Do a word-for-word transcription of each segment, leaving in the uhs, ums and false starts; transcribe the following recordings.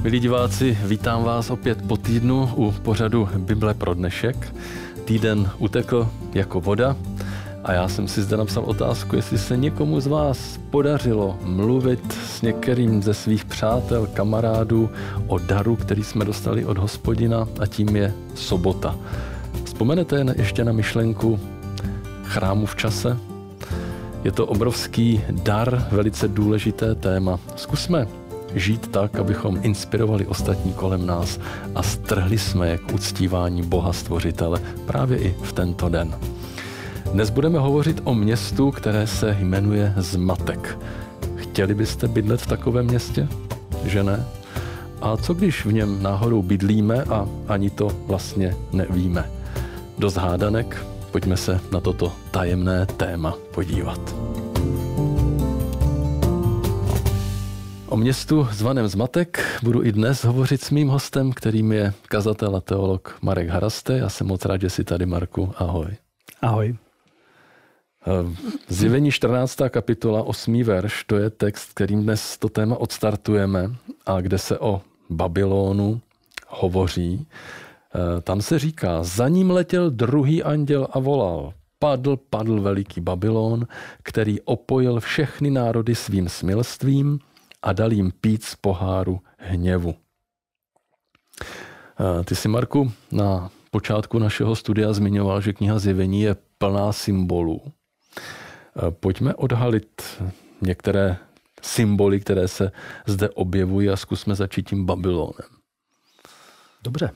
Milí diváci, vítám vás opět po týdnu u pořadu Bible pro dnešek. Týden utekl jako voda a já jsem si zde napsal otázku, jestli se někomu z vás podařilo mluvit s některým ze svých přátel, kamarádů o daru, který jsme dostali od Hospodina, a tím je sobota. Vzpomenete ještě na myšlenku chrámu v čase? Je to obrovský dar, velice důležité téma. Zkusme žít tak, abychom inspirovali ostatní kolem nás a strhli jsme k uctívání Boha Stvořitele právě i v tento den. Dnes budeme hovořit o městu, které se jmenuje Zmatek. Chtěli byste bydlet v takovém městě? Že ne? A co když v něm náhodou bydlíme a ani to vlastně nevíme? Dost hádanek, pojďme se na toto tajemné téma podívat. O městu zvaném Zmatek budu i dnes hovořit s mým hostem, kterým je kazatel a teolog Marek Haraste. Já jsem moc rád, že jsi tady, Marku. Ahoj. Ahoj. Zjevení čtrnáctá kapitola, osmý verš, to je text, kterým dnes to téma odstartujeme a kde se o Babylonu hovoří. Tam se říká, za ním letěl druhý anděl a volal, padl, padl veliký Babylon, který opojil všechny národy svým smilstvím a dal jim pít z poháru hněvu. Ty jsi, Marku, na počátku našeho studia zmiňoval, že kniha Zjevení je plná symbolů. Pojďme odhalit některé symboly, které se zde objevují, a zkusme začít tím Babylonem. Dobře.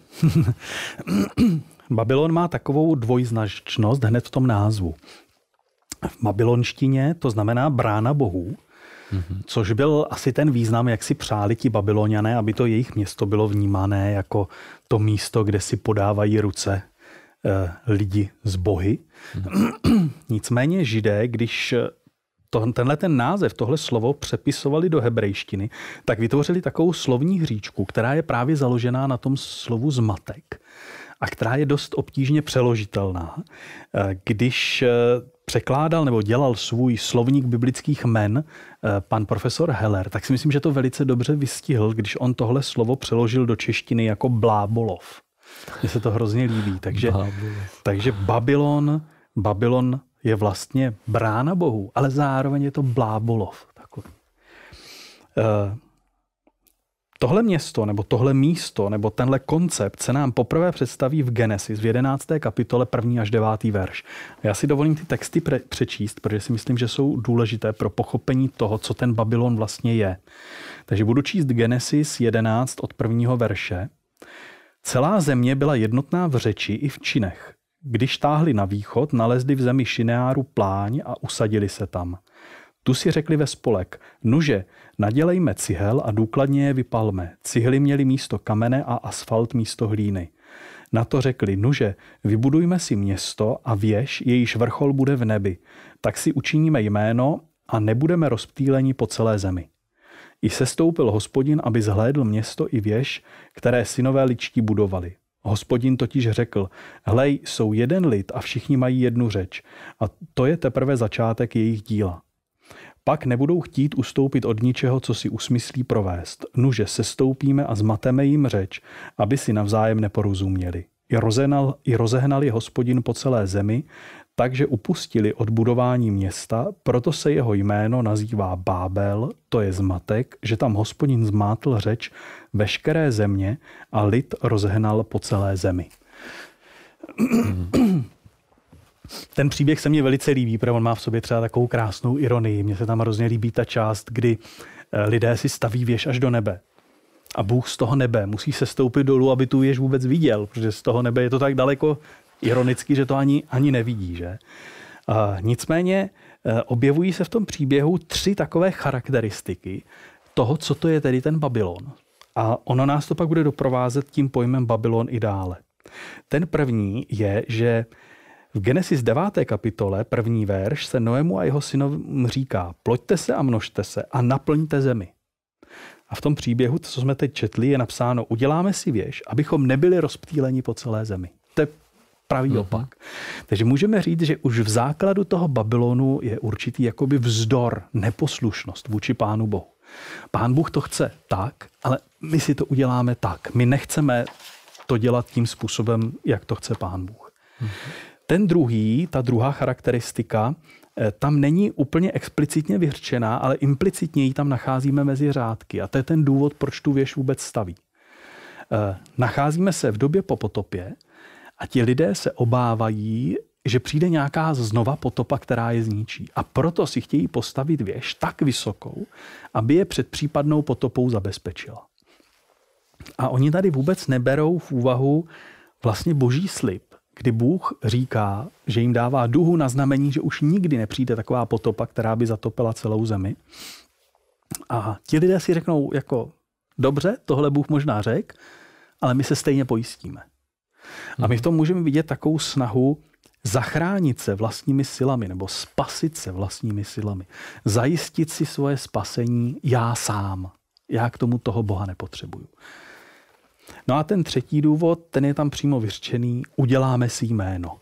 Babylon má takovou dvojznačnost hned v tom názvu. V babylonštině to znamená brána bohů, mm-hmm. což byl asi ten význam, jak si přáli ti Babyloniané, aby to jejich město bylo vnímané jako to místo, kde si podávají ruce eh, lidi z bohy. Mm-hmm. Nicméně Židé, když to, tenhle ten název, tohle slovo přepisovali do hebrejštiny, tak vytvořili takovou slovní hříčku, která je právě založená na tom slovu zmatek a která je dost obtížně přeložitelná. Když překládal nebo dělal svůj slovník biblických jmen pan profesor Heller, tak si myslím, že to velice dobře vystihl, když on tohle slovo přeložil do češtiny jako blábolov. Mně se to hrozně líbí. Takže, takže Babylon, Babylon je vlastně brána bohů, ale zároveň je to blábolov. Takový. Uh, tohle město, nebo tohle místo, nebo tenhle koncept se nám poprvé představí v Genesis v jedenácté kapitole první až devátý verš. Já si dovolím ty texty pre- přečíst, protože si myslím, že jsou důležité pro pochopení toho, co ten Babylon vlastně je. Takže budu číst Genesis jedenáct od prvního verše. Celá země byla jednotná v řeči i v činech. Když táhli na východ, nalezli v zemi Šineáru pláň a usadili se tam. Tu si řekli ve spolek, nuže, nadělejme cihel a důkladně je vypalme. Cihly měly místo kamene a asfalt místo hlíny. Na to řekli, nuže, vybudujme si město a věž, jejíž vrchol bude v nebi. Tak si učiníme jméno a nebudeme rozptýleni po celé zemi. I sestoupil Hospodin, aby zhlédl město i věž, které synové ličtí budovali. Hospodin totiž řekl, hlej, jsou jeden lid a všichni mají jednu řeč a to je teprve začátek jejich díla. Pak nebudou chtít ustoupit od ničeho, co si usmyslí provést. Nuže sestoupíme a zmateme jim řeč, aby si navzájem neporozuměli. I, rozehnal, i rozehnal je Hospodin po celé zemi, takže upustili od budování města, proto se jeho jméno nazývá Bábel, to je zmatek, že tam Hospodin zmátl řeč veškeré země a lid rozhnal po celé zemi. Ten příběh se mně velice líbí, protože on má v sobě třeba takovou krásnou ironii. Mně se tam hrozně líbí ta část, kdy lidé si staví věž až do nebe. A Bůh z toho nebe musí se stoupit dolů, aby tu věž vůbec viděl, protože z toho nebe je to tak daleko ironicky, že to ani, ani nevidí. Že? A nicméně objevují se v tom příběhu tři takové charakteristiky toho, co to je tedy ten Babylon. A ono nás to pak bude doprovázet tím pojmem Babylon i dále. Ten první je, že v Genesis deváté kapitole, první verš, se Noému a jeho synovům říká, ploďte se a množte se a naplňte zemi. A v tom příběhu, co jsme teď četli, je napsáno, uděláme si věž, abychom nebyli rozptýleni po celé zemi. To je pravý opak. Mm-hmm. Takže můžeme říct, že už v základu toho Babylonu je určitý jakoby vzdor, neposlušnost vůči Pánu Bohu. Pán Bůh to chce tak, ale my si to uděláme tak. My nechceme to dělat tím způsobem, jak to chce Pán Bůh. Hmm. Ten druhý, ta druhá charakteristika, tam není úplně explicitně vyřčená, ale implicitně ji tam nacházíme mezi řádky. A to je ten důvod, proč tu věž vůbec staví. Nacházíme se v době po potopě a ti lidé se obávají, že přijde nějaká znova potopa, která je zničí. A proto si chtějí postavit věž tak vysokou, aby je před případnou potopou zabezpečila. A oni tady vůbec neberou v úvahu vlastně boží slib, kdy Bůh říká, že jim dává duhu na znamení, že už nikdy nepřijde taková potopa, která by zatopila celou zemi. A ti lidé si řeknou, jako dobře, tohle Bůh možná řekl, ale my se stejně pojistíme. A my v tom můžeme vidět takovou snahu zachránit se vlastními silami nebo spasit se vlastními silami. Zajistit si svoje spasení já sám. Já k tomu toho Boha nepotřebuju. No a ten třetí důvod, ten je tam přímo vyřčený, uděláme si jméno.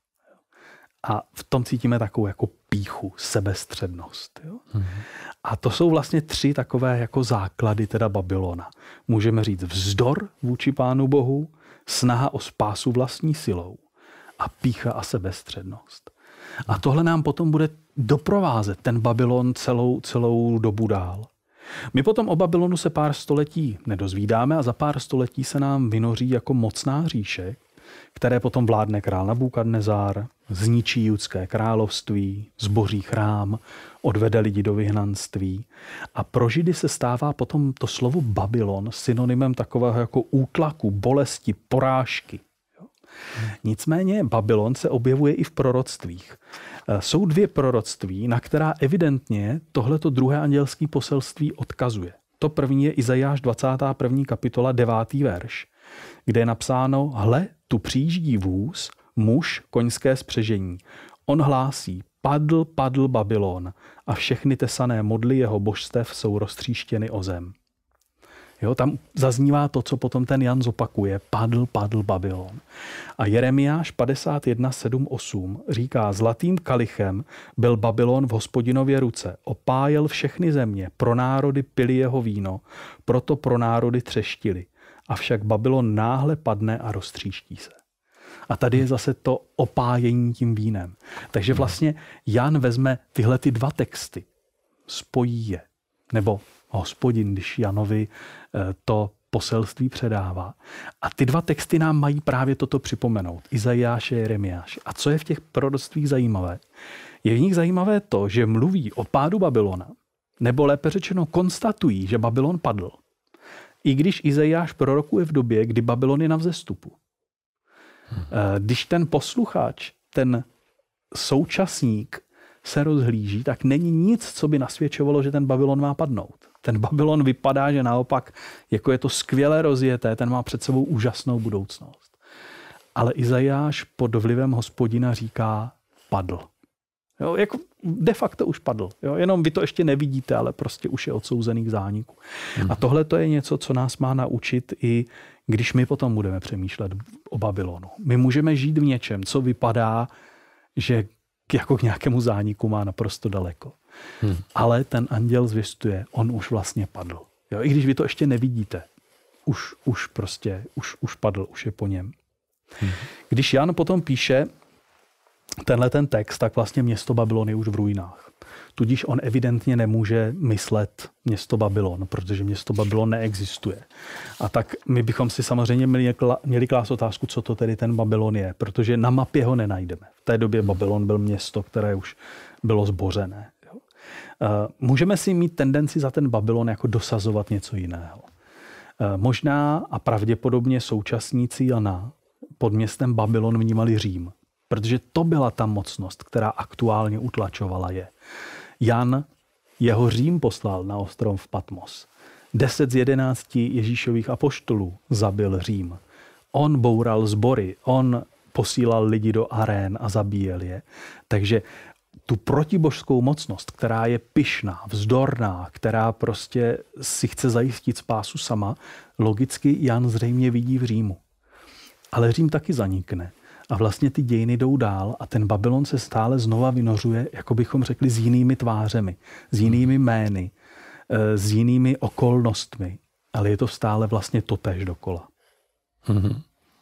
A v tom cítíme takovou jako pýchu, sebestřednost. Jo? Mm-hmm. A to jsou vlastně tři takové jako základy teda Babylona. Můžeme říct vzdor vůči Pánu Bohu, snaha o spásu vlastní silou a pýcha a sebestřednost. A tohle nám potom bude doprovázet ten Babylon celou, celou dobu dál. My potom o Babylonu se pár století nedozvídáme a za pár století se nám vynoří jako mocná říše, které potom vládne král Nabukadnezár, zničí judské království, zboří chrám, odvede lidi do vyhnanství. A pro Židy se stává potom to slovo Babylon synonymem takového jako útlaku, bolesti, porážky. Nicméně Babylon se objevuje i v proroctvích. Jsou dvě proroctví, na která evidentně tohleto druhé andělské poselství odkazuje. To první je Izajáš dvacátá první kapitola devátý verš, kde je napsáno: Hle, tu přijíždí vůz, muž, koňské spřežení. On hlásí: Padl, padl Babylon a všechny tesané modly jeho božstev jsou roztříštěny o zem. Jo, tam zaznívá to, co potom ten Jan zopakuje. Padl, padl Babylon. A Jeremiáš padesát jedna sedm osm říká: Zlatým kalichem byl Babylon v Hospodinově ruce. Opájel všechny země, pro národy pili jeho víno, proto pro národy třeštili. Avšak Babylon náhle padne a roztříští se. A tady je zase to opájení tím vínem. Takže vlastně Jan vezme tyhle ty dva texty, spojí je, nebo Hospodin, když Janovi to poselství předává. A ty dva texty nám mají právě toto připomenout. Izajáše a Jeremiáše. A co je v těch proroctvích zajímavé? Je v nich zajímavé to, že mluví o pádu Babylona, nebo lépe řečeno konstatují, že Babylon padl. I když Izajáš prorokuje v době, kdy Babylon je na vzestupu. Když ten posluchač, ten současník se rozhlíží, tak není nic, co by nasvědčovalo, že ten Babylon má padnout. Ten Babylon vypadá, že naopak, jako je to skvěle rozjeté, ten má před sebou úžasnou budoucnost. Ale Izajáš pod vlivem Hospodina říká: padl. Jo, jako de facto už padl. Jo, jenom vy to ještě nevidíte, ale prostě už je odsouzený k zániku. Hmm. A tohle to je něco, co nás má naučit i když my potom budeme přemýšlet o Babylonu. My můžeme žít v něčem, co vypadá, že jako k nějakému zániku má naprosto daleko. Hmm. Ale ten anděl zvěstuje, on už vlastně padl. Jo, i když vy to ještě nevidíte, už, už prostě, už, už padl, už je po něm. Hmm. Když Jan potom píše tenhle ten text, tak vlastně město Babylon je už v ruinách. Tudíž on evidentně nemůže myslet město Babylon, protože město Babylon neexistuje. A tak my bychom si samozřejmě měli, měli klást otázku, co to tedy ten Babylon je, protože na mapě ho nenajdeme. V té době Babylon byl město, které už bylo zbořené. Můžeme si mít tendenci za ten Babylon jako dosazovat něco jiného. Možná a pravděpodobně současníci Jana pod městem Babylon vnímali Řím, protože to byla ta mocnost, která aktuálně utlačovala je. Jan jeho Řím poslal na ostrov Patmos. Deset z jedenácti Ježíšových apoštolů zabil Řím. On boural sbory, on posílal lidi do arén a zabíjel je. Takže tu protibožskou mocnost, která je pyšná, vzdorná, která prostě si chce zajistit spásu sama, logicky Jan zřejmě vidí v Římu. Ale Řím taky zanikne. A vlastně ty dějiny jdou dál a ten Babylon se stále znova vynořuje, jako bychom řekli, s jinými tvářemi, s jinými jmény, s jinými okolnostmi, ale je to stále vlastně totéž dokola. Mm-hmm.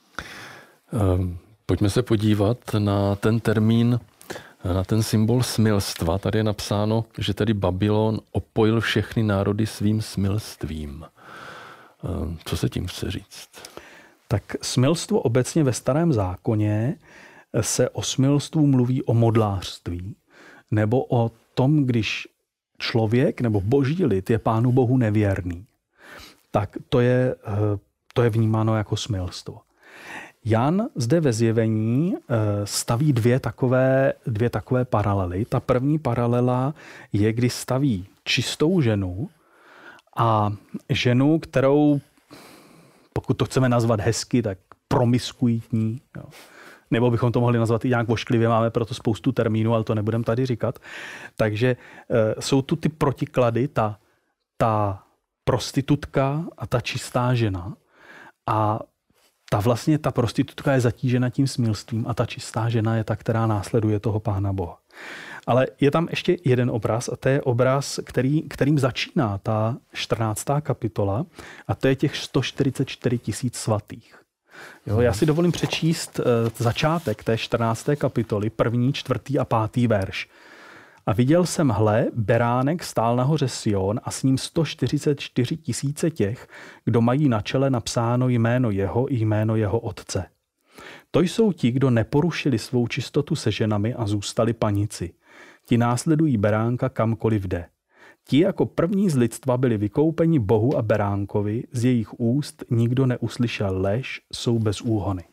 Pojďme se podívat na ten termín, na ten symbol smilstva. Tady je napsáno, že tady Babylon opojil všechny národy svým smilstvím. Co se tím chce říct? Tak smilstvo obecně ve Starém zákoně se o smilstvu mluví o modlářství, nebo o tom, když člověk nebo boží lid je Pánu Bohu nevěrný. Tak to je, to je vnímáno jako smilstvo. Jan zde ve Zjevení staví dvě takové, dvě takové paralely. Ta první paralela je, kdy staví čistou ženu a ženu, kterou, pokud to chceme nazvat hezky, tak promiskuitní, jo. Nebo bychom to mohli nazvat i nějak vošklivě, máme proto spoustu termínů, ale to nebudem tady říkat. Takže e, jsou tu ty protiklady, ta, ta prostitutka a ta čistá žena. A ta vlastně, ta prostitutka je zatížena tím smilstvím a ta čistá žena je ta, která následuje toho Pána Boha. Ale je tam ještě jeden obraz a to je obraz, který, kterým začíná ta čtrnáctá kapitola a to je těch sto čtyřicet čtyři tisíc svatých. Jo, já si dovolím přečíst uh, začátek té čtrnácté kapitoly, první, čtvrtý a pátý verš. A viděl jsem, hle, beránek stál nahoře Sion a s ním sto čtyřicet čtyři tisíce těch, kdo mají na čele napsáno jméno jeho i jméno jeho otce. To jsou ti, kdo neporušili svou čistotu se ženami a zůstali panici. Ti následují beránka kamkoliv jde. Ti jako první z lidstva byli vykoupeni Bohu a beránkovi, z jejich úst nikdo neuslyšel lež, jsou bez úhony.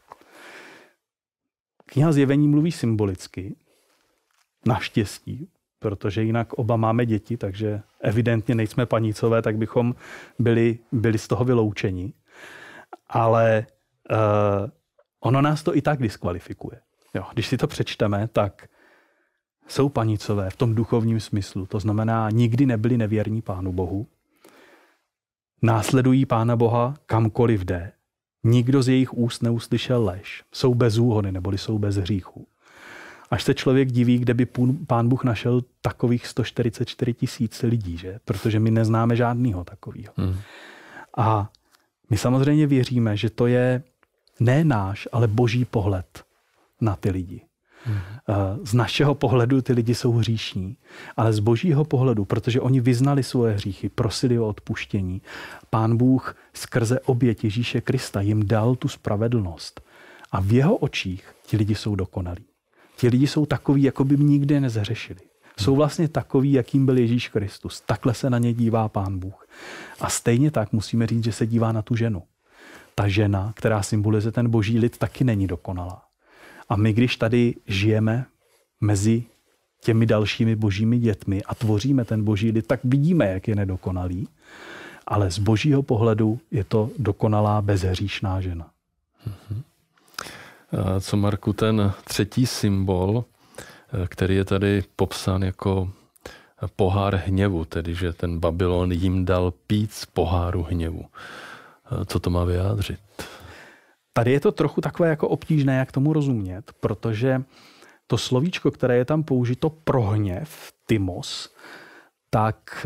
Kniha Zjevení mluví symbolicky, naštěstí, protože jinak oba máme děti, takže evidentně nejsme panicové, tak bychom byli, byli z toho vyloučeni. Ale uh, ono nás to i tak diskvalifikuje. Jo, když si to přečteme, tak jsou panicové v tom duchovním smyslu. To znamená, nikdy nebyli nevěrní Pánu Bohu. Následují Pána Boha kamkoliv jde. Nikdo z jejich úst neuslyšel lež. Jsou bez úhony, neboli jsou bez hříchu. Až se člověk diví, kde by Pán Bůh našel takových sto čtyřicet čtyři tisíc lidí, že? Protože my neznáme žádnýho takového. Hmm. A my samozřejmě věříme, že to je ne náš, ale boží pohled na ty lidi. Hmm. Z našeho pohledu ty lidi jsou hříšní, ale z božího pohledu, protože oni vyznali svoje hříchy, prosili o odpuštění, Pán Bůh skrze oběť Ježíše Krista jim dal tu spravedlnost. A v jeho očích ti lidi jsou dokonalí. Ti lidi jsou takoví, jako by nikdy nezhřešili. Jsou vlastně takoví, jakým byl Ježíš Kristus. Takhle se na ně dívá Pán Bůh. A stejně tak musíme říct, že se dívá na tu ženu. Ta žena, která symbolizuje ten boží lid, taky není dokonalá. A my, když tady žijeme mezi těmi dalšími božími dětmi a tvoříme ten boží lid, tak vidíme, jak je nedokonalý. Ale z božího pohledu je to dokonalá bezhříšná žena. Mm-hmm. A co, Marku, ten třetí symbol, který je tady popsán jako pohár hněvu, tedy že ten Babylon jim dal pít z poháru hněvu. Co to má vyjádřit? Tady je to trochu takové jako obtížné, jak tomu rozumět, protože to slovíčko, které je tam použito pro hněv, tymos, tak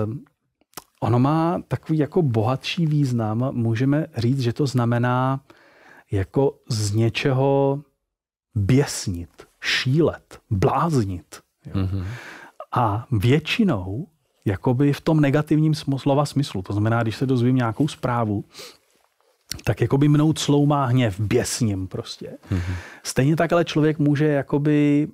ono má takový jako bohatší význam. Můžeme říct, že to znamená jako z něčeho běsnit, šílet, bláznit. Mm-hmm. A většinou jakoby v tom negativním slova smyslu. To znamená, když se dozvím nějakou zprávu, tak jakoby mnou cloumá hněv, běsním prostě. Mm-hmm. Stejně tak ale člověk může jakoby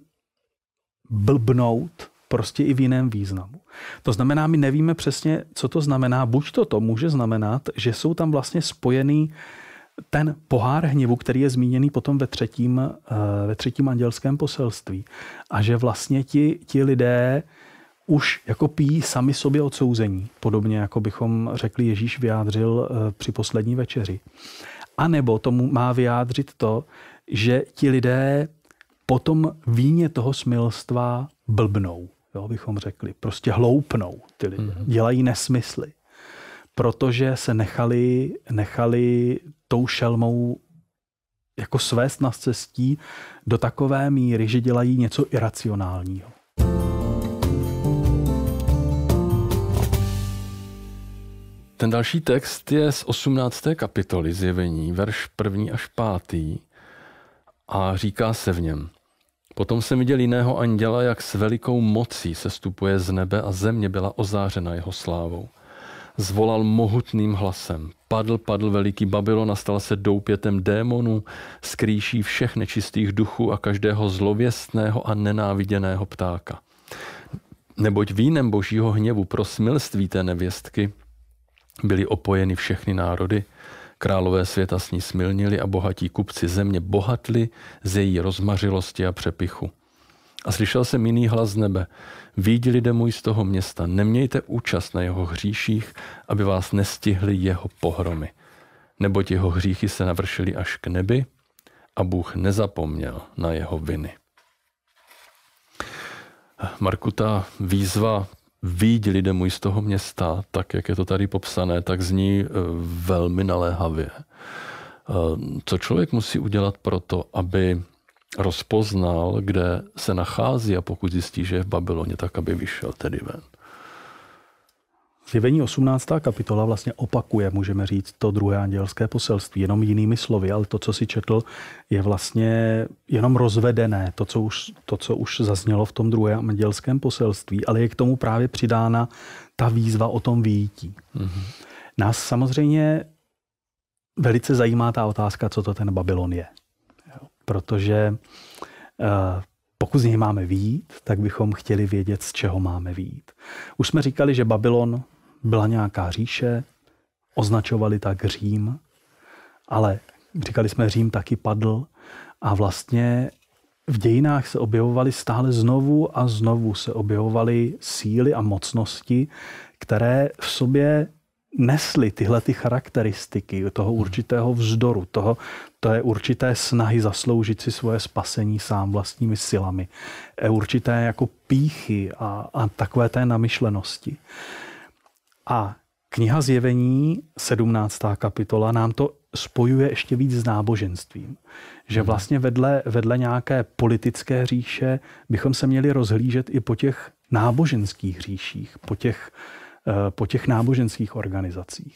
blbnout prostě i v jiném významu. To znamená, my nevíme přesně, co to znamená. Buď to to může znamenat, že jsou tam vlastně spojený ten pohár hněvu, který je zmíněný potom ve třetím, ve třetím andělském poselství. A že vlastně ti, ti lidé už jako pijí sami sobě odsouzení. Podobně jako bychom řekli, Ježíš vyjádřil při poslední večeři. A nebo tomu má vyjádřit to, že ti lidé potom víně toho smilstva blbnou, jo, bychom řekli. Prostě hloupnou ty lidé. Mm-hmm. Dělají nesmysly. Protože se nechali, nechali tou šelmou jako svést na cestí do takové míry, že dělají něco iracionálního. ten další text je z osmnácté kapitoly Zjevení, verš první až pátý a říká se v něm: Potom jsem viděl jiného anděla, jak s velikou mocí sestupuje z nebe a země byla ozářena jeho slávou. Zvolal mohutným hlasem: Padl, padl veliký Babylon a stal se doupětem démonů, skrýší všech nečistých duchů a každého zlověstného a nenáviděného ptáka. Neboť vínem božího hněvu pro smilství té nevěstky byly opojeny všechny národy, králové světa s ní smilnili a bohatí kupci země bohatli z její rozmařilosti a přepichu. A slyšel jsem jiný hlas z nebe: Vyjdi, lidé můj, z toho města, nemějte účast na jeho hříších, aby vás nestihly jeho pohromy. Neboť jeho hříchy se navršily až k nebi a Bůh nezapomněl na jeho viny. Marku, ta výzva Vyjdi, lidé můj, z toho města, tak jak je to tady popsané, tak zní velmi naléhavě. Co člověk musí udělat pro to, aby rozpoznal, kde se nachází, a pokud zjistí, že je v Babyloně, tak aby vyšel tedy ven? Zjevení osmnáctá kapitola vlastně opakuje, můžeme říct, to druhé andělské poselství, jenom jinými slovy, ale to, co si četl, je vlastně jenom rozvedené, to, co už, to, co už zaznělo v tom druhém andělském poselství, ale je k tomu právě přidána ta výzva o tom vyjítí. Mm-hmm. Nás samozřejmě velice zajímá ta otázka, co to ten Babylon je. Protože pokud z něj máme vyjít, tak bychom chtěli vědět, z čeho máme vyjít. Už jsme říkali, že Babylon byla nějaká říše, označovali tak Řím, ale říkali jsme, Řím taky padl a vlastně v dějinách se objevovaly stále znovu a znovu se objevovaly síly a mocnosti, které v sobě nesly tyhle ty charakteristiky toho určitého vzdoru, toho, to je určité snahy zasloužit si svoje spasení sám vlastními silami, určité jako pýchy a, a takové té namyšlenosti. A kniha Zjevení, sedmnáctá kapitola, nám to spojuje ještě víc s náboženstvím. Že vlastně vedle, vedle nějaké politické říše bychom se měli rozhlížet i po těch náboženských říších, po těch po těch náboženských organizacích.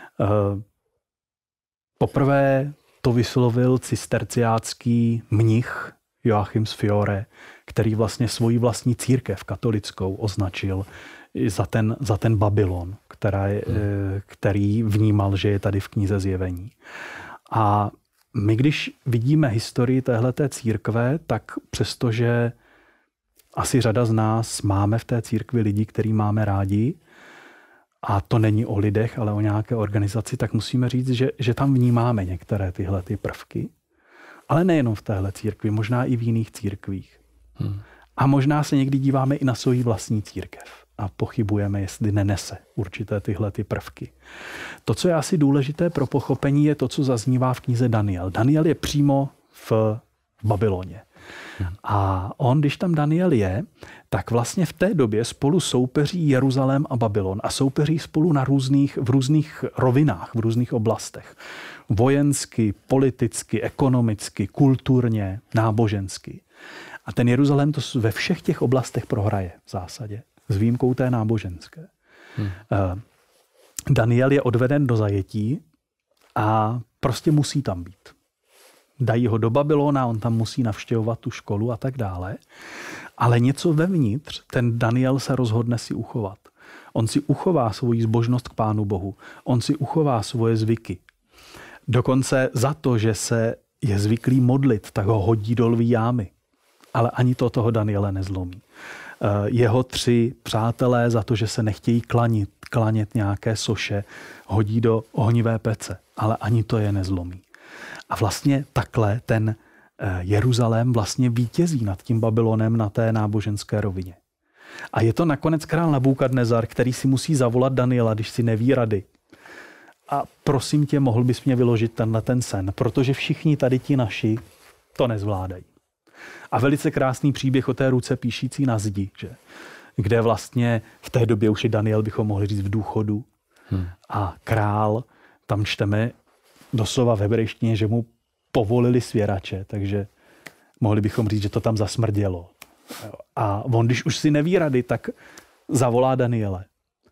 Poprvé to vyslovil cisterciácký mnich Joachim z Fiore, který vlastně svoji vlastní církev katolickou označil za ten, za ten Babylon, která je, který vnímal, že je tady v knize Zjevení. A my, když vidíme historii téhleté církve, tak přestože asi řada z nás máme v té církvi lidi, který máme rádi, a to není o lidech, ale o nějaké organizaci, tak musíme říct, že, že tam vnímáme některé tyhle ty prvky. Ale nejenom v téhle církvi, možná i v jiných církvích. Hmm. A možná se někdy díváme i na svou vlastní církev a pochybujeme, jestli nenese určité tyhle ty prvky. To, co je asi důležité pro pochopení, je to, co zaznívá v knize Daniel. Daniel je přímo v, v Babyloně. A on, když tam Daniel je, tak vlastně v té době spolu soupeří Jeruzalém a Babylon a soupeří spolu na různých, v různých rovinách, v různých oblastech. Vojensky, politicky, ekonomicky, kulturně, nábožensky. A ten Jeruzalém to ve všech těch oblastech prohraje v zásadě, s výjimkou té náboženské. Hmm. Daniel je odveden do zajetí a prostě musí tam být. Dají ho do Babylona, on tam musí navštěvovat tu školu a tak dále. Ale něco vevnitř, ten Daniel se rozhodne si uchovat. On si uchová svoji zbožnost k Pánu Bohu. On si uchová svoje zvyky. Dokonce za to, že se je zvyklý modlit, tak ho hodí do lví jámy. Ale ani to toho Daniele nezlomí. Jeho tři přátelé za to, že se nechtějí klanit, klanět nějaké soše, hodí do ohnivé pece. Ale ani to je nezlomí. A vlastně takhle ten Jeruzalém vlastně vítězí nad tím Babylonem na té náboženské rovině. A je to nakonec král Nabukadnezar, který si musí zavolat Daniela, když si neví rady. A prosím tě, mohl bys mě vyložit tenhle ten sen, protože všichni tady ti naši to nezvládají. A velice krásný příběh o té ruce píšící na zdi, že? Kde vlastně v té době už je Daniel, bychom mohli říct, v důchodu. Hmm. A král, tam čteme doslova v hebrejštině, že mu povolili svěrače, takže mohli bychom říct, že to tam zasmrdělo. A on, když už si neví rady, tak zavolá Daniele.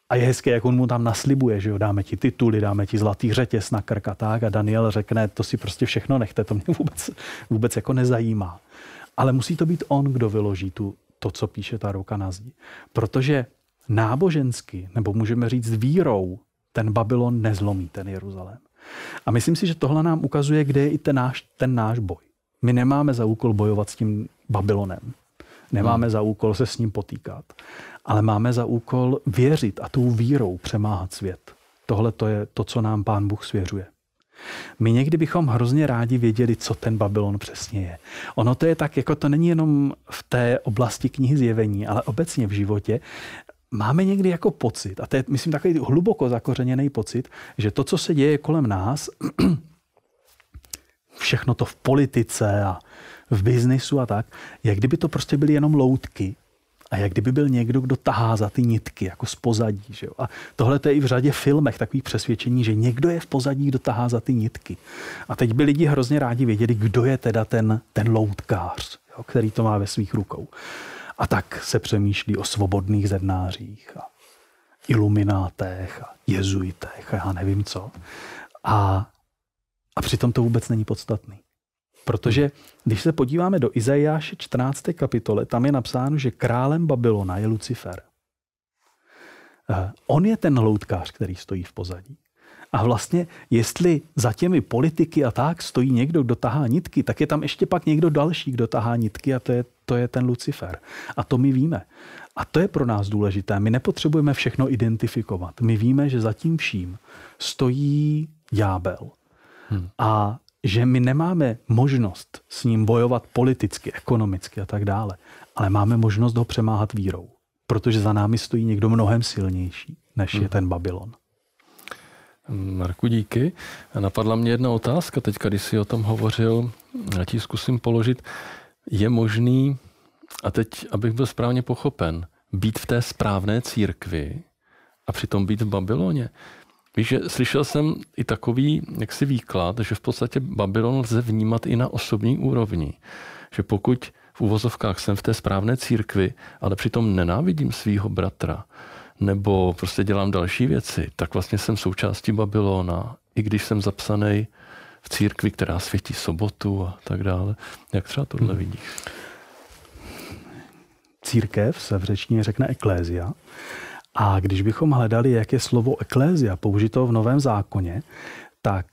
A je hezké, jak on mu tam naslibuje, že jo, dáme ti tituly, dáme ti zlatý řetěz na krk a tak. A Daniel řekne, to si prostě všechno nechte, to mě vůbec, vůbec jako nezajímá. Ale musí to být on, kdo vyloží tu, to, co píše ta ruka na zdi. Protože nábožensky, nebo můžeme říct vírou, ten Babylon nezlomí ten Jeruzalém. A myslím si, že tohle nám ukazuje, kde je i ten náš, ten náš boj. My nemáme za úkol bojovat s tím Babylonem. Nemáme hmm. za úkol se s ním potýkat. Ale máme za úkol věřit a tou vírou přemáhat svět. Tohle to je to, co nám Pán Bůh svěřuje. My někdy bychom hrozně rádi věděli, co ten Babylon přesně je. Ono to je tak, jako to není jenom v té oblasti knihy Zjevení, ale obecně v životě. Máme někdy jako pocit, a to je, myslím, takový hluboko zakořeněný pocit, že to, co se děje kolem nás, všechno to v politice a v biznisu a tak, jak kdyby to prostě byly jenom loutky a jak kdyby byl někdo, kdo tahá za ty nitky, jako z pozadí. Že jo? A tohle to je i v řadě filmech takových přesvědčení, že někdo je v pozadí, kdo tahá za ty nitky. A teď by lidi hrozně rádi věděli, kdo je teda ten, ten loutkář, jo? Který to má ve svých rukou. A tak se přemýšlí o svobodných zednářích a iluminátech a jezuitech a já nevím co. A, a přitom to vůbec není podstatný. Protože když se podíváme do Izajáše čtrnácté kapitole, tam je napsáno, že králem Babylona je Lucifer. On je ten loutkář, který stojí v pozadí. A vlastně, jestli za těmi politiky a tak stojí někdo, kdo tahá nitky, tak je tam ještě pak někdo další, kdo tahá nitky a to je, to je ten Lucifer. A to my víme. A to je pro nás důležité. My nepotřebujeme všechno identifikovat. My víme, že za tím vším stojí ďábel. Hmm. A že my nemáme možnost s ním bojovat politicky, ekonomicky a tak dále, ale máme možnost ho přemáhat vírou. Protože za námi stojí někdo mnohem silnější, než hmm. je ten Babylon. Marku, díky. Napadla mě jedna otázka teďka, když jsi o tom hovořil, já ti zkusím položit. Je možný, a teď, abych byl správně pochopen, být v té správné církvi a přitom být v Babyloně? Víš, že slyšel jsem i takový jaksi výklad, že v podstatě Babylon lze vnímat i na osobní úrovni. Že pokud v uvozovkách jsem v té správné církvi, ale přitom nenávidím svýho bratra, nebo prostě dělám další věci, tak vlastně jsem součástí Babylona, i když jsem zapsaný v církvi, která světí sobotu a tak dále. Jak třeba tohle hmm. vidíš? Církev se v řečtině řekne eklézia. A když bychom hledali, jak je slovo eklézia použito v Novém zákoně, tak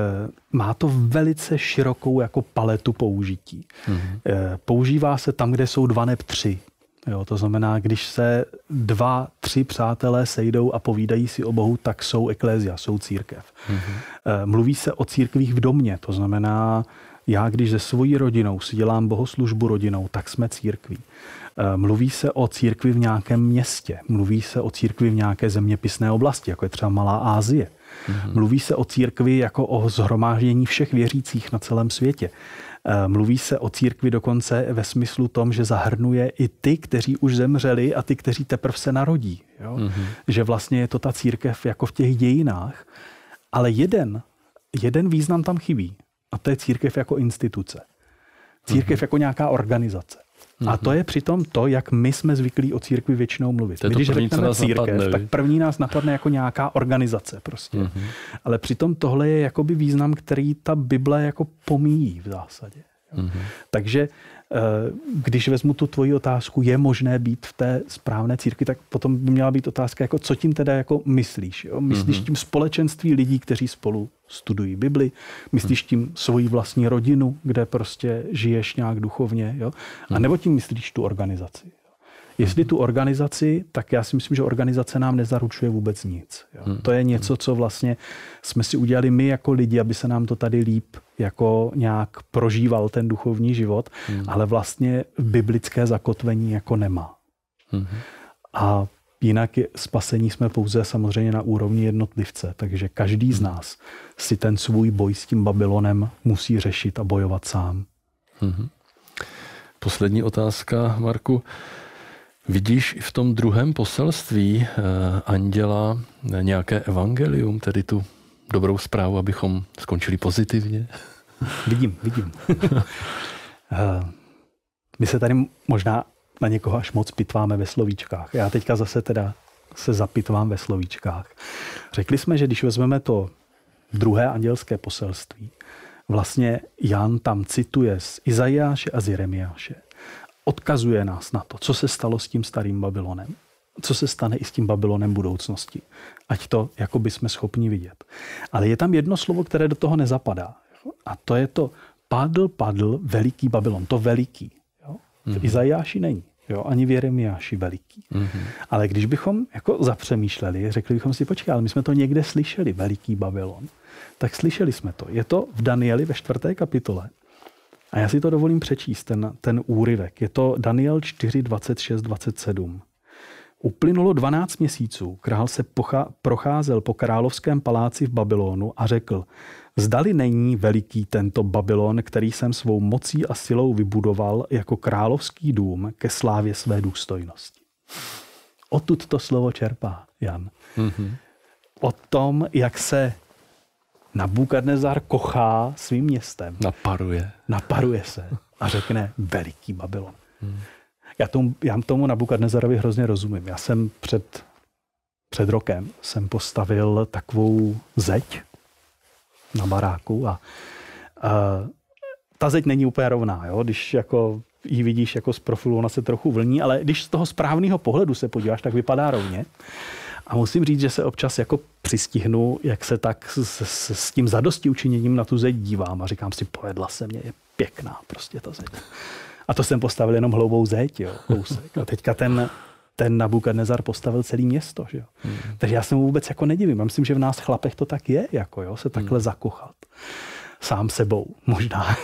má to velice širokou jako paletu použití. Hmm. Používá se tam, kde jsou dva neb tři. Jo, to znamená, když se dva, tři přátelé sejdou a povídají si o Bohu, tak jsou eklézia, jsou církev. Mm-hmm. Mluví se o církvích v domě, to znamená, já když se svojí rodinou si dělám bohoslužbu rodinou, tak jsme církví. Mluví se o církvi v nějakém městě, mluví se o církvi v nějaké zeměpisné oblasti, jako je třeba Malá Asie. Mm-hmm. Mluví se o církvi jako o shromáždění všech věřících na celém světě. Mluví se o církvi dokonce ve smyslu tom, že zahrnuje i ty, kteří už zemřeli a ty, kteří teprve se narodí. Jo? Mm-hmm. Že vlastně je to ta církev jako v těch dějinách. Ale jeden, jeden význam tam chybí. A to je církev jako instituce. Církev mm-hmm. jako nějaká organizace. Mm-hmm. A to je přitom to, jak my jsme zvyklí o církvi většinou mluvit. My, když řekneme církev, napadne, tak první nás napadne jako nějaká organizace prostě. Mm-hmm. Ale přitom tohle je jakoby význam, který ta Bible jako pomíjí v zásadě. Mm-hmm. Takže když vezmu tu tvoji otázku, je možné být v té správné církvi, tak potom by měla být otázka, jako co tím teda jako myslíš? Jo? Myslíš mm-hmm. tím společenství lidí, kteří spolu studují Bibli? Myslíš tím svoji vlastní rodinu, kde prostě žiješ nějak duchovně? Jo? A nebo tím myslíš tu organizaci? Jestli tu organizaci, tak já si myslím, že organizace nám nezaručuje vůbec nic. Jo? To je něco, co vlastně jsme si udělali my jako lidi, aby se nám to tady líp jako nějak prožíval ten duchovní život, hmm. ale vlastně biblické zakotvení jako nemá. Hmm. A jinak je, spasení jsme pouze samozřejmě na úrovni jednotlivce, takže každý z nás si ten svůj boj s tím Babylonem musí řešit a bojovat sám. Hmm. Poslední otázka, Marku. Vidíš v tom druhém poselství eh, anděla nějaké evangelium, tedy tu dobrou zprávu, abychom skončili pozitivně? Vidím, vidím. My se tady možná na někoho až moc pitváme ve slovíčkách. Já teďka zase teda se zapitvám ve slovíčkách. Řekli jsme, že když vezmeme to druhé andělské poselství, vlastně Jan tam cituje z Izajáše a z Jeremiáše. Odkazuje nás na to, co se stalo s tím starým Babylonem. Co se stane i s tím Babylonem budoucnosti. Ať to jako by jsme schopni vidět. Ale je tam jedno slovo, které do toho nezapadá. A to je to padl, padl veliký Babylon. To veliký. Jo? V mm-hmm. Izajáši není. Jo? Ani v Jeremiáši veliký. Mm-hmm. Ale když bychom jako zapřemýšleli, řekli bychom si, počkej, ale my jsme to někde slyšeli, veliký Babylon. Tak slyšeli jsme to. Je to v Danieli ve čtvrté kapitole. A já si to dovolím přečíst, ten, ten úryvek. Je to Daniel čtyři, dvacet šest, dvacet sedm. Uplynulo dvanáct měsíců, král se pocha- procházel po královském paláci v Babylonu a řekl, zdali není veliký tento Babylon, který jsem svou mocí a silou vybudoval jako královský dům ke slávě své důstojnosti. Odtud to slovo čerpá, Jan. Mm-hmm. O tom, jak se Nabukadnezar kochá svým městem. Naparuje. Naparuje se a řekne veliký Babylon. Mm. Já tomu, já tomu Nabukadnezarovi hrozně rozumím. Já jsem před, před rokem jsem postavil takovou zeď na baráku a, a ta zeď není úplně rovná. Jo? Když jako ji vidíš jako z profilu, ona se trochu vlní, ale když z toho správného pohledu se podíváš, tak vypadá rovně. A musím říct, že se občas jako přistihnu, jak se tak s, s, s tím zadostiučiněním na tu zeď dívám a říkám si, povedla se mě, je pěkná prostě ta zeď. A to jsem postavil jenom hloubou zeď, jo, kousek. A teďka ten, ten Nabukadnezar postavil celé město, že jo. Hmm. Takže já se mu vůbec jako nedivím. Já myslím, že v nás chlapech to tak je, jako jo, se takhle hmm. zakochat. Sám sebou, možná.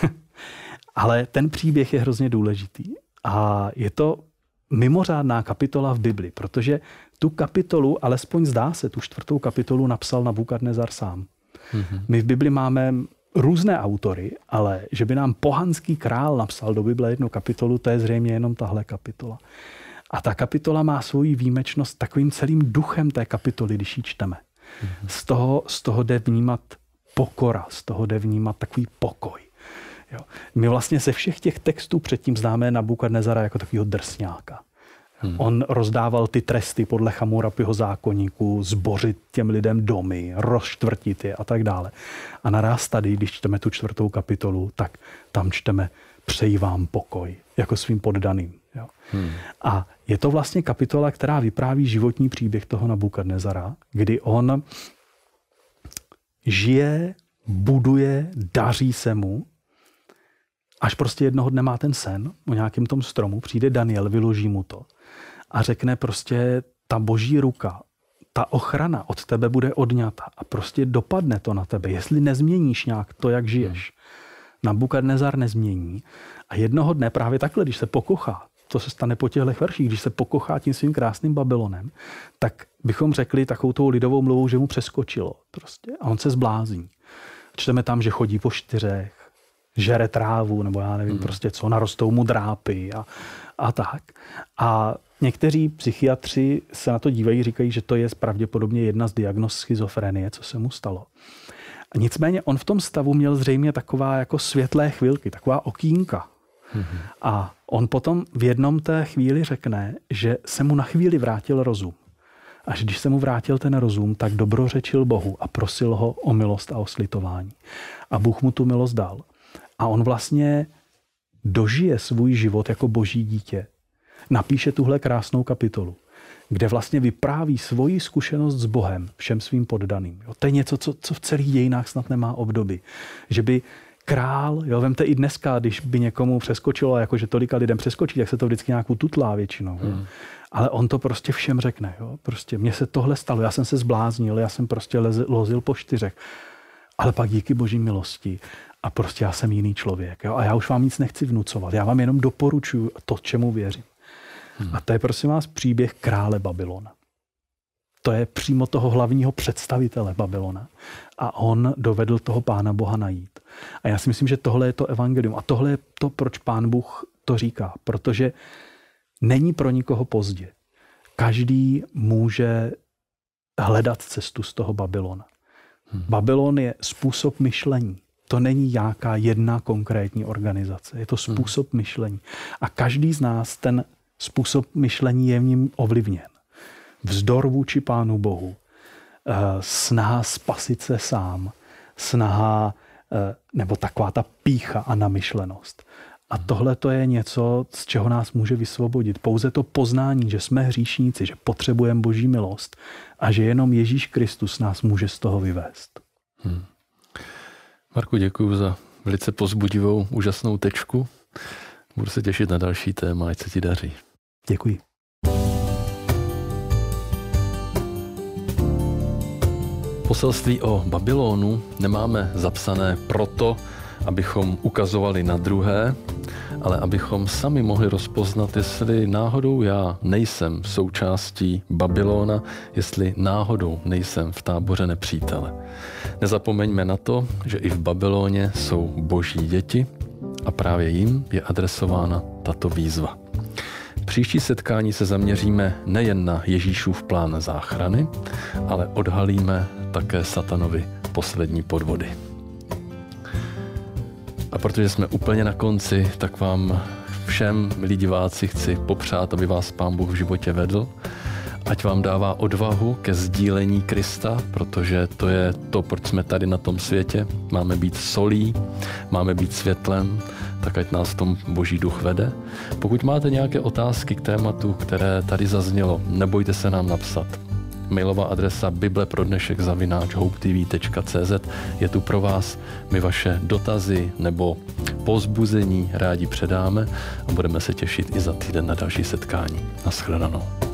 Ale ten příběh je hrozně důležitý. A je to mimořádná kapitola v Bibli, protože tu kapitolu, alespoň zdá se, tu čtvrtou kapitolu napsal Nabukadnezar sám. Hmm. My v Bibli máme různé autory, ale že by nám pohanský král napsal do Bible jednu kapitolu, to je zřejmě jenom tahle kapitola. A ta kapitola má svoji výjimečnost takovým celým duchem té kapitoly, když ji čteme. Mm-hmm. Z toho, z toho jde vnímat pokora, z toho jde vnímat takový pokoj. Jo. My vlastně ze všech těch textů předtím známe Nabukadnezara jako takového drsňáka. Hmm. On rozdával ty tresty podle Chamurapiho zákoníku, zbořit těm lidem domy, rozštvrtit je a tak dále. A naraz tady, když čteme tu čtvrtou kapitolu, tak tam čteme přeji vám pokoj, jako svým poddaným. Jo. Hmm. A je to vlastně kapitola, která vypráví životní příběh toho Nabukadnezara, kdy on žije, buduje, daří se mu, až prostě jednoho dne má ten sen o nějakém tom stromu, přijde Daniel, vyloží mu to a řekne prostě ta boží ruka, ta ochrana od tebe bude odňata a prostě dopadne to na tebe, jestli nezměníš nějak to, jak žiješ. Nabukadnezar nezmění a jednoho dne právě takhle, když se pokochá, to se stane po těchto verších, když se pokochá tím svým krásným Babylonem, tak bychom řekli takovou tou lidovou mluvou, že mu přeskočilo prostě a on se zblázní. Čteme tam, že chodí po čtyřech, žere trávu, nebo já nevím hmm. prostě co, narostou mu drápy a, a tak. A někteří psychiatři se na to dívají, říkají, že to je pravděpodobně jedna z diagnóz schizofrenie, co se mu stalo. A nicméně on v tom stavu měl zřejmě taková jako světlé chvilky, taková okýnka. Hmm. A on potom v jednom té chvíli řekne, že se mu na chvíli vrátil rozum. Až když se mu vrátil ten rozum, tak dobrořečil Bohu a prosil ho o milost a o slitování. A Bůh mu tu milost dal. A on vlastně dožije svůj život jako boží dítě. Napíše tuhle krásnou kapitolu, kde vlastně vypráví svoji zkušenost s Bohem všem svým poddaným. Jo, to je něco, co, co v celých dějinách snad nemá obdoby. Že by král, jo, vemte i dneska, když by někomu přeskočilo, jakože tolika lidem přeskočí, tak se to vždycky nějak ututlá většinou. Hmm. Ale on to prostě všem řekne. Jo. Prostě mně se tohle stalo, já jsem se zbláznil, já jsem prostě lezil, lozil po čtyřech. Ale pak díky boží milosti a prostě já jsem jiný člověk. Jo? A já už vám nic nechci vnucovat. Já vám jenom doporučuji to, čemu věřím. Hmm. A to je prosím vás příběh krále Babylona. To je přímo toho hlavního představitele Babylona. A on dovedl toho Pána Boha najít. A já si myslím, že tohle je to evangelium. A tohle je to, proč Pán Bůh to říká. Protože není pro nikoho pozdě. Každý může hledat cestu z toho Babylona. Hmm. Babylon je způsob myšlení. To není nějaká jedna konkrétní organizace. Je to způsob hmm. myšlení. A každý z nás ten způsob myšlení je v ním ovlivněn. vzdor vůči Pánu Bohu, snaha spasit se sám, snaha nebo taková ta pýcha a namyšlenost. A tohle to je něco, z čeho nás může vysvobodit. Pouze to poznání, že jsme hříšníci, že potřebujeme Boží milost a že jenom Ježíš Kristus nás může z toho vyvést. Hmm. Marku, děkuji za velice povzbudivou, úžasnou tečku. Budu se těšit na další téma, ať se ti daří. Děkuji. Poselství o Babylonu nemáme zapsané proto, abychom ukazovali na druhé, ale abychom sami mohli rozpoznat, jestli náhodou já nejsem součástí Babylona, jestli náhodou nejsem v táboře nepřítele. Nezapomeňme na to, že i v Babyloně jsou boží děti a právě jim je adresována tato výzva. Příští setkání se zaměříme nejen na Ježíšův plán záchrany, ale odhalíme také satanovi poslední podvody. A protože jsme úplně na konci, tak vám všem, milí diváci, chci popřát, aby vás Pán Bůh v životě vedl. Ať vám dává odvahu ke sdílení Krista, protože to je to, proč jsme tady na tom světě. Máme být solí, máme být světlem, tak ať nás v tom Boží duch vede. Pokud máte nějaké otázky k tématu, které tady zaznělo, nebojte se nám napsat. Mailová adresa bibleprodnešek zavináč hopetv tečka cz je tu pro vás. My vaše dotazy nebo povzbuzení rádi předáme a budeme se těšit i za týden na další setkání. Naschledanou.